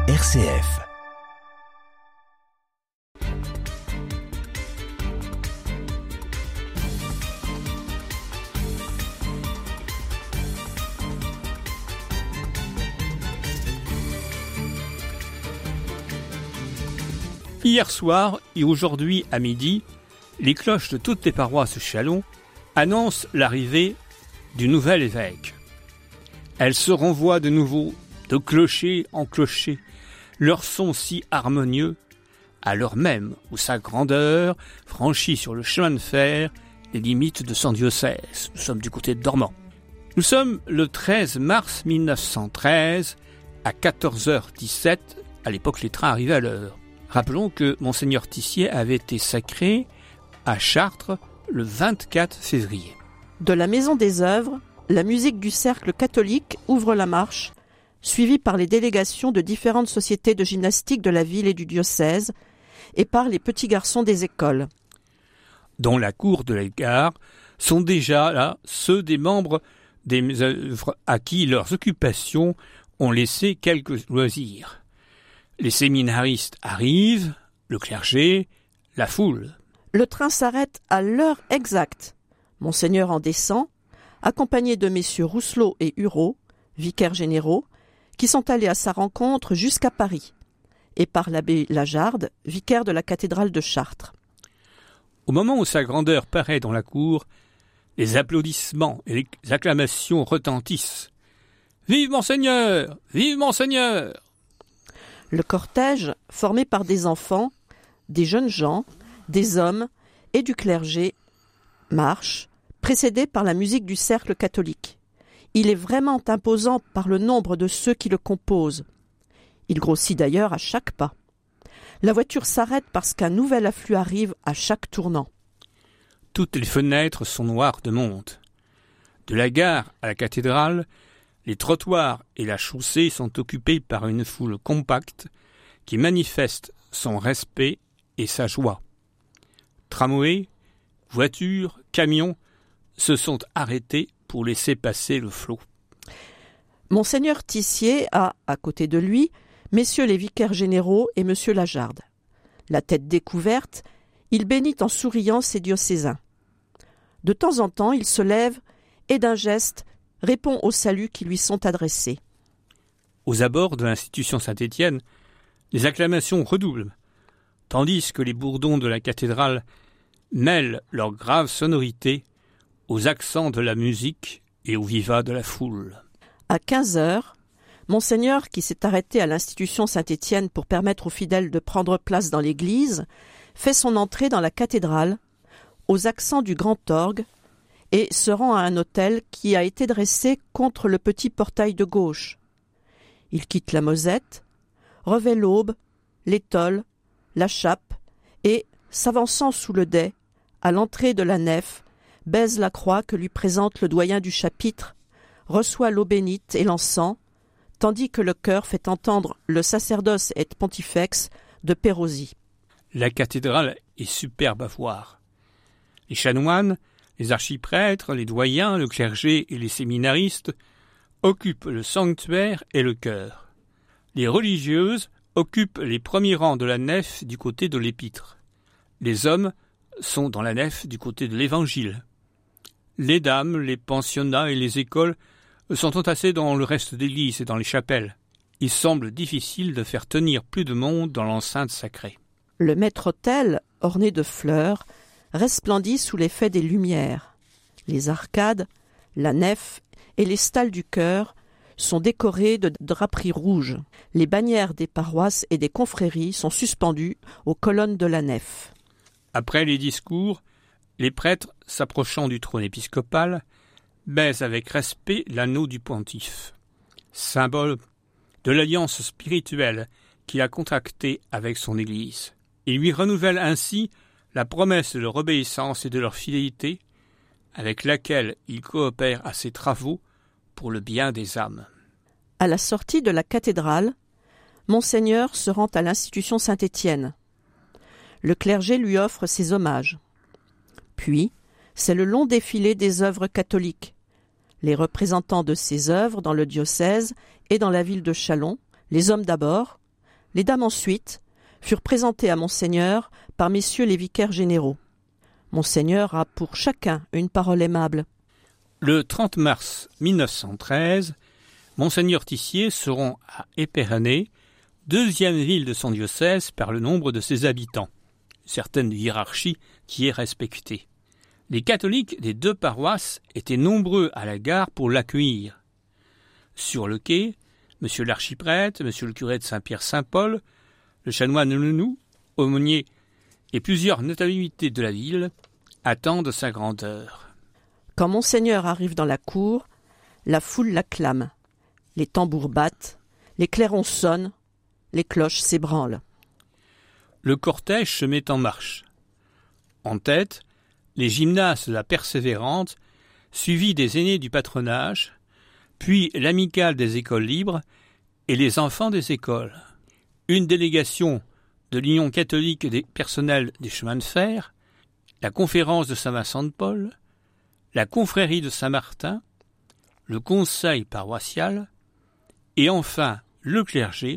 RCF. Hier soir et aujourd'hui à midi, les cloches de toutes les paroisses Chalon annoncent l'arrivée du nouvel évêque. Elles se renvoient de nouveau de clocher en clocher, leur son si harmonieux, à l'heure même où sa grandeur franchit sur le chemin de fer les limites de son diocèse. Nous sommes du côté de Dormans. Nous sommes le 13 mars 1913 à 14h17. À l'époque, les trains arrivaient à l'heure. Rappelons que Monseigneur Tissier avait été sacré à Chartres le 24 février. De la Maison des Œuvres, la musique du cercle catholique ouvre la marche, suivie par les délégations de différentes sociétés de gymnastique de la ville et du diocèse, et par les petits garçons des écoles. Dans la cour de la gare sont déjà là ceux des membres des œuvres à qui leurs occupations ont laissé quelques loisirs. Les séminaristes arrivent, le clergé, la foule. Le train s'arrête à l'heure exacte. Monseigneur en descend, accompagné de messieurs Rousselot et Hureau, vicaires généraux, qui sont allés à sa rencontre jusqu'à Paris, et par l'abbé Lajarde, vicaire de la cathédrale de Chartres. Au moment où sa grandeur paraît dans la cour, les applaudissements et les acclamations retentissent. « Vive Monseigneur ! Vive Monseigneur !» Le cortège, formé par des enfants, des jeunes gens, des hommes et du clergé, marche, précédé par la musique du cercle catholique. Il est vraiment imposant par le nombre de ceux qui le composent. Il grossit d'ailleurs à chaque pas. La voiture s'arrête parce qu'un nouvel afflux arrive à chaque tournant. Toutes les fenêtres sont noires de monde. De la gare à la cathédrale, les trottoirs et la chaussée sont occupés par une foule compacte qui manifeste son respect et sa joie. Tramways, voitures, camions se sont arrêtés pour laisser passer le flot. Monseigneur Tissier a, à côté de lui, messieurs les vicaires généraux et monsieur Lajarde. La tête découverte, il bénit en souriant ses diocésains. De temps en temps, il se lève et d'un geste répond aux saluts qui lui sont adressés. Aux abords de l'institution Saint-Étienne, les acclamations redoublent, tandis que les bourdons de la cathédrale mêlent leur grave sonorité aux accents de la musique et aux vivas de la foule. À 15h, Monseigneur, qui s'est arrêté à l'institution Saint-Étienne pour permettre aux fidèles de prendre place dans l'église, fait son entrée dans la cathédrale, aux accents du grand orgue, et se rend à un autel qui a été dressé contre le petit portail de gauche. Il quitte la Mosette, revêt l'aube, l'étole, la chape, et, s'avançant sous le dais, à l'entrée de la nef, baise la croix que lui présente le doyen du chapitre, reçoit l'eau bénite et l'encens, tandis que le chœur fait entendre le sacerdoce et pontifex de Pérosie. La cathédrale est superbe à voir. Les chanoines, les archiprêtres, les doyens, le clergé et les séminaristes occupent le sanctuaire et le chœur. Les religieuses occupent les premiers rangs de la nef du côté de l'épître. Les hommes sont dans la nef du côté de l'évangile. Les dames, les pensionnats et les écoles sont entassés dans le reste d'église et dans les chapelles. Il semble difficile de faire tenir plus de monde dans l'enceinte sacrée. Le maître-autel, orné de fleurs, resplendit sous l'effet des lumières. Les arcades, la nef et les stalles du chœur sont décorées de draperies rouges. Les bannières des paroisses et des confréries sont suspendues aux colonnes de la nef. Après les discours, les prêtres, s'approchant du trône épiscopal, baisent avec respect l'anneau du pontife, symbole de l'alliance spirituelle qu'il a contractée avec son Église. Il lui renouvelle ainsi la promesse de leur obéissance et de leur fidélité, avec laquelle il coopère à ses travaux pour le bien des âmes. À la sortie de la cathédrale, Monseigneur se rend à l'institution Saint-Étienne. Le clergé lui offre ses hommages. Puis, c'est le long défilé des œuvres catholiques. Les représentants de ces œuvres dans le diocèse et dans la ville de Châlons, les hommes d'abord, Les dames ensuite furent présentées à Monseigneur par messieurs les vicaires généraux. Monseigneur a pour chacun une parole aimable. Le 30 mars 1913, Monseigneur Tissier se rend à Épernay, deuxième ville de son diocèse par le nombre de ses habitants, certaine hiérarchie qui est respectée. Les catholiques des deux paroisses étaient nombreux à la gare pour l'accueillir. Sur le quai, monsieur l'archiprêtre, monsieur le curé de Saint-Pierre-Saint-Paul, le chanoine Nounou, aumônier et plusieurs notabilités de la ville attendent sa grandeur. Quand Monseigneur arrive dans la cour, la foule l'acclame. Les tambours battent, les clairons sonnent, les cloches s'ébranlent. Le cortège se met en marche. En tête, les gymnases de la Persévérante, suivis des aînés du patronage, puis l'amicale des écoles libres et les enfants des écoles. Une délégation de l'Union catholique des personnels des chemins de fer, la conférence de Saint-Vincent-de-Paul, la confrérie de Saint-Martin, le conseil paroissial et enfin le clergé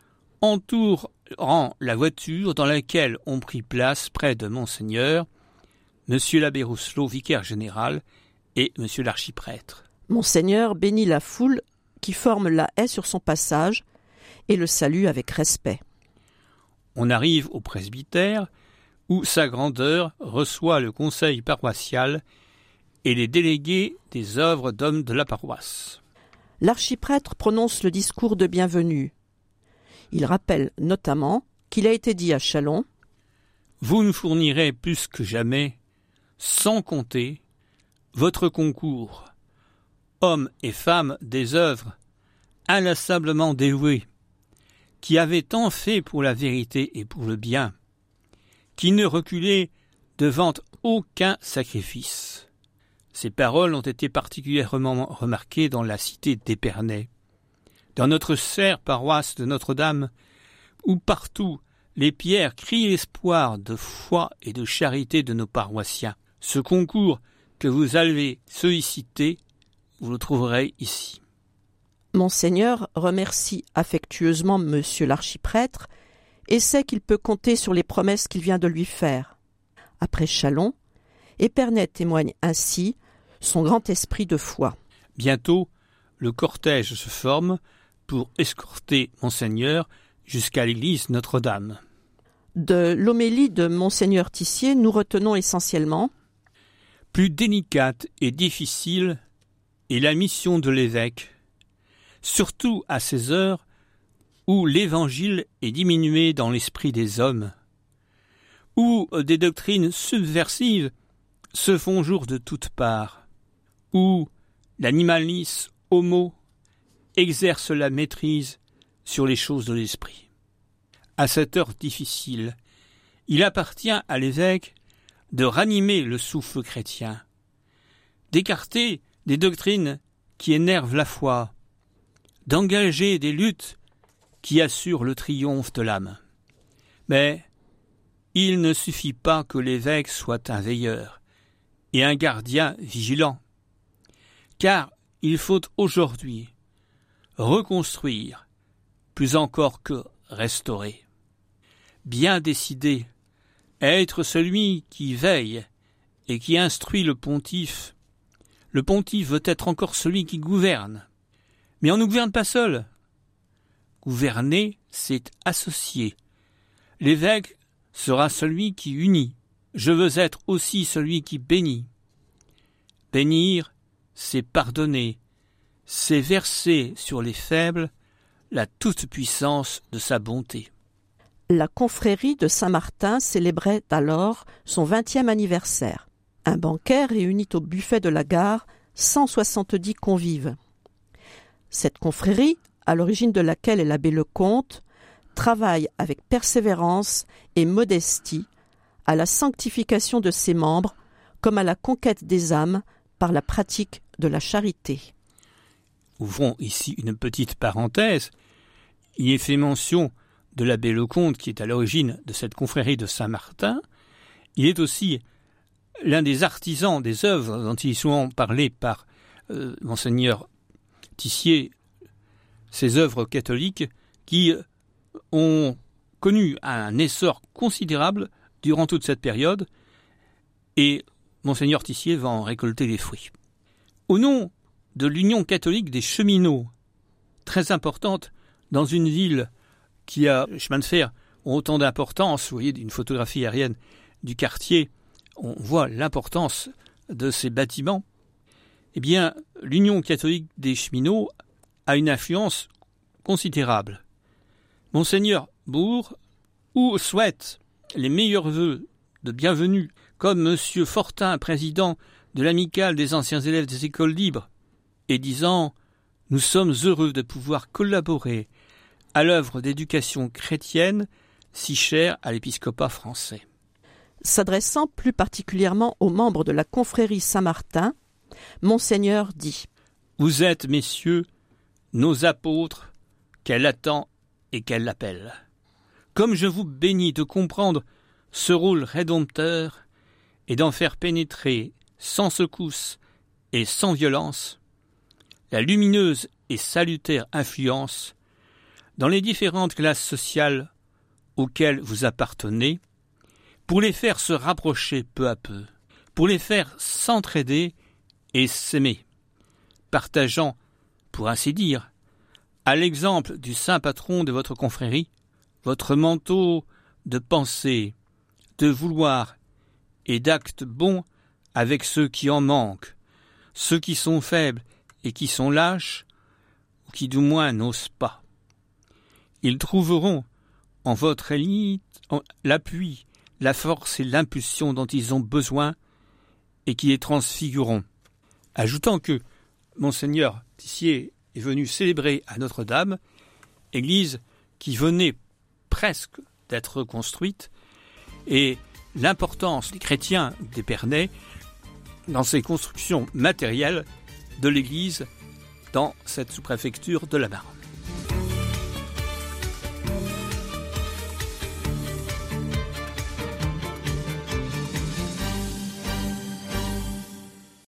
entourant la voiture dans laquelle ont pris place près de Monseigneur, monsieur l'abbé Rousselot, vicaire général, et monsieur l'archiprêtre. Monseigneur bénit la foule qui forme la haie sur son passage et le salue avec respect. On arrive au presbytère où sa grandeur reçoit le conseil paroissial et les délégués des œuvres d'hommes de la paroisse. L'archiprêtre prononce le discours de bienvenue. Il rappelle notamment qu'il a été dit à Châlons « Vous nous fournirez plus que jamais, sans compter, votre concours, hommes et femmes des œuvres, inlassablement dévoués, qui avaient tant fait pour la vérité et pour le bien, qui ne reculaient devant aucun sacrifice. » Ces paroles ont été particulièrement remarquées dans la cité d'Épernay, dans notre chère paroisse de Notre-Dame, où partout les pierres crient l'espoir de foi et de charité de nos paroissiens. Ce concours que vous avez sollicité, vous le trouverez ici. Monseigneur remercie affectueusement monsieur l'archiprêtre et sait qu'il peut compter sur les promesses qu'il vient de lui faire. Après Châlons, Épernay témoigne ainsi son grand esprit de foi. Bientôt, le cortège se forme pour escorter Monseigneur jusqu'à l'église Notre-Dame. De l'homélie de Monseigneur Tissier, nous retenons essentiellement plus délicate et difficile est la mission de l'évêque, surtout à ces heures où l'Évangile est diminué dans l'esprit des hommes, où des doctrines subversives se font jour de toutes parts, où l'animalis homo exerce la maîtrise sur les choses de l'esprit. À cette heure difficile, il appartient à l'évêque de ranimer le souffle chrétien, d'écarter des doctrines qui énervent la foi, d'engager des luttes qui assurent le triomphe de l'âme. Mais il ne suffit pas que l'évêque soit un veilleur et un gardien vigilant, car il faut aujourd'hui reconstruire plus encore que restaurer. Bien décidé à être celui qui veille et qui instruit le pontife veut être encore celui qui gouverne. Mais on ne gouverne pas seul. Gouverner, c'est associer. L'évêque sera celui qui unit. Je veux être aussi celui qui bénit. Bénir, c'est pardonner, c'est verser sur les faibles la toute-puissance de sa bonté. La confrérie de Saint-Martin célébrait alors son 20e anniversaire. Un banquet réunit au buffet de la gare 170 convives. Cette confrérie, à l'origine de laquelle est l'abbé Lecomte, travaille avec persévérance et modestie à la sanctification de ses membres comme à la conquête des âmes par la pratique de la charité. Ouvrons ici une petite parenthèse. Il est fait mention de l'abbé Lecomte qui est à l'origine de cette confrérie de Saint-Martin. Il est aussi l'un des artisans des œuvres dont il est souvent parlé par Monseigneur Tissier, ces œuvres catholiques qui ont connu un essor considérable durant toute cette période et Monseigneur Tissier va en récolter les fruits. Au nom de l'Union catholique des cheminots, très importante dans une ville qui a chemin de fer ont autant d'importance, vous voyez une photographie aérienne du quartier, on voit l'importance de ces bâtiments, eh bien l'Union catholique des cheminots a une influence considérable. Monseigneur Bourg souhaite les meilleurs vœux de bienvenue, comme Monsieur Fortin, président de l'Amicale des anciens élèves des écoles libres, et disant « Nous sommes heureux de pouvoir collaborer à l'œuvre d'éducation chrétienne si chère à l'épiscopat français. » S'adressant plus particulièrement aux membres de la confrérie Saint-Martin, Monseigneur dit « Vous êtes, messieurs, nos apôtres qu'elle attend et qu'elle appelle. Comme je vous bénis de comprendre ce rôle rédempteur et d'en faire pénétrer sans secousse et sans violence la lumineuse et salutaire influence dans les différentes classes sociales auxquelles vous appartenez, pour les faire se rapprocher peu à peu, pour les faire s'entraider et s'aimer, partageant, pour ainsi dire, à l'exemple du saint patron de votre confrérie, votre manteau de pensée, de vouloir et d'actes bons avec ceux qui en manquent, ceux qui sont faibles et qui sont lâches, ou qui du moins n'osent pas. Ils trouveront en votre élite l'appui, la force et l'impulsion dont ils ont besoin et qui les transfigureront. Ajoutant que Monseigneur Tissier est venu célébrer à Notre-Dame, église qui venait presque d'être construite, et l'importance des chrétiens d'Épernay dans ces constructions matérielles de l'église dans cette sous-préfecture de la Marne.